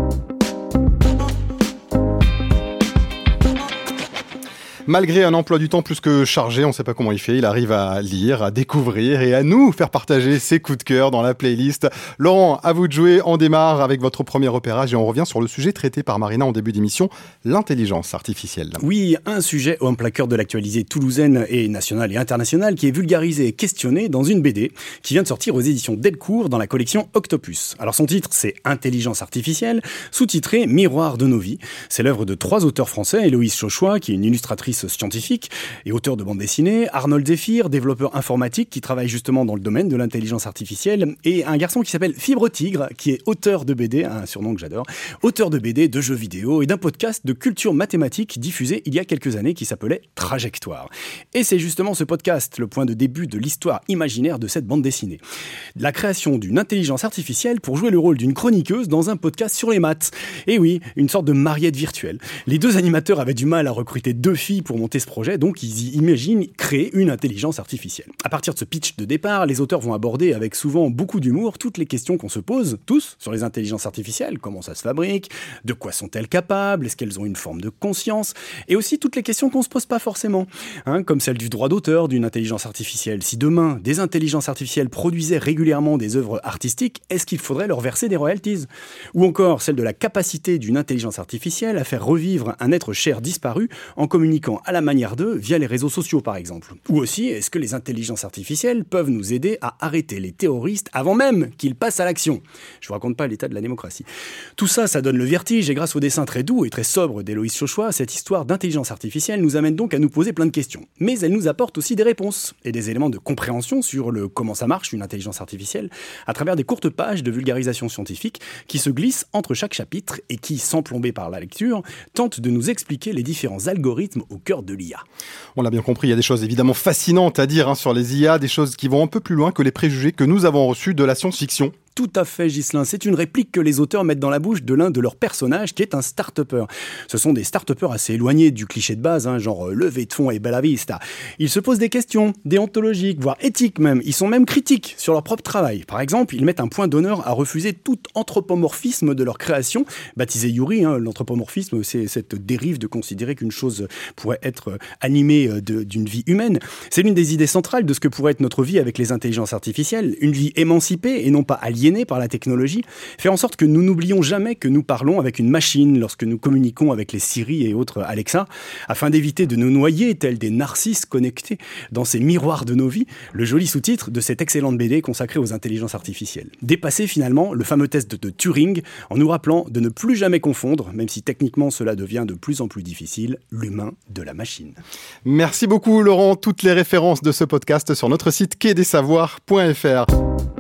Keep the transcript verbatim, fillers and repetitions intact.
Malgré un emploi du temps plus que chargé, on ne sait pas comment il fait, il arrive à lire, à découvrir et à nous faire partager ses coups de cœur dans la playlist. Laurent, à vous de jouer, on démarre avec votre premier repérage et on revient sur le sujet traité par Marina en début d'émission, l'intelligence artificielle. Oui, un sujet en plein cœur de l'actualité toulousaine et nationale et internationale qui est vulgarisé et questionné dans une B D qui vient de sortir aux éditions Delcourt dans la collection Octopus. Alors son titre, c'est Intelligence artificielle, sous-titré Miroir de nos vies. C'est l'œuvre de trois auteurs français, Héloïse Chauchois, qui est une illustratrice scientifique et auteur de bande dessinée, Arnold Zéphir, développeur informatique qui travaille justement dans le domaine de l'intelligence artificielle, et un garçon qui s'appelle Fibre Tigre, qui est auteur de B D, un surnom que j'adore, auteur de B D, de jeux vidéo et d'un podcast de culture mathématique diffusé il y a quelques années qui s'appelait Trajectoire. Et c'est justement ce podcast le point de début de l'histoire imaginaire de cette bande dessinée. La création d'une intelligence artificielle pour jouer le rôle d'une chroniqueuse dans un podcast sur les maths. Et oui, une sorte de mariette virtuelle. Les deux animateurs avaient du mal à recruter deux filles pour monter ce projet, donc ils imaginent créer une intelligence artificielle. À partir de ce pitch de départ, les auteurs vont aborder avec souvent beaucoup d'humour toutes les questions qu'on se pose, tous, sur les intelligences artificielles. Comment ça se fabrique? De quoi sont-elles capables? Est-ce qu'elles ont une forme de conscience? Et aussi toutes les questions qu'on se pose pas forcément, hein, comme celle du droit d'auteur d'une intelligence artificielle. Si demain, des intelligences artificielles produisaient régulièrement des œuvres artistiques, est-ce qu'il faudrait leur verser des royalties? Ou encore celle de la capacité d'une intelligence artificielle à faire revivre un être cher disparu en communiquant à la manière d'eux via les réseaux sociaux par exemple. Ou aussi, est-ce que les intelligences artificielles peuvent nous aider à arrêter les terroristes avant même qu'ils passent à l'action? Je vous raconte pas l'état de la démocratie. Tout ça, ça donne le vertige et grâce au dessin très doux et très sobre d'Héloïse Chauchois, cette histoire d'intelligence artificielle nous amène donc à nous poser plein de questions. Mais elle nous apporte aussi des réponses et des éléments de compréhension sur le comment ça marche une intelligence artificielle à travers des courtes pages de vulgarisation scientifique qui se glissent entre chaque chapitre et qui, sans plomber par la lecture, tentent de nous expliquer les différents algorithmes au cœur de l'I A. On l'a bien compris, il y a des choses évidemment fascinantes à dire hein, sur les I A, des choses qui vont un peu plus loin que les préjugés que nous avons reçus de la science-fiction. Tout à fait, Ghislain. C'est une réplique que les auteurs mettent dans la bouche de l'un de leurs personnages, qui est un start-upper. Ce sont des start-uppers assez éloignés du cliché de base, hein, genre levée de fonds et bella vista. Ils se posent des questions, déontologiques, voire éthiques même. Ils sont même critiques sur leur propre travail. Par exemple, ils mettent un point d'honneur à refuser tout anthropomorphisme de leur création. Baptisé Yuri, hein, l'anthropomorphisme, c'est cette dérive de considérer qu'une chose pourrait être animée de, d'une vie humaine. C'est l'une des idées centrales de ce que pourrait être notre vie avec les intelligences artificielles. Une vie émancipée et non pas alliée par la technologie, fait en sorte que nous n'oublions jamais que nous parlons avec une machine lorsque nous communiquons avec les Siri et autres Alexa, afin d'éviter de nous noyer tels des narcisses connectés dans ces miroirs de nos vies, le joli sous-titre de cette excellente B D consacrée aux intelligences artificielles. Dépasser finalement le fameux test de Turing en nous rappelant de ne plus jamais confondre, même si techniquement cela devient de plus en plus difficile, l'humain de la machine. Merci beaucoup Laurent, toutes les références de ce podcast sur notre site quai des savoirs point f r.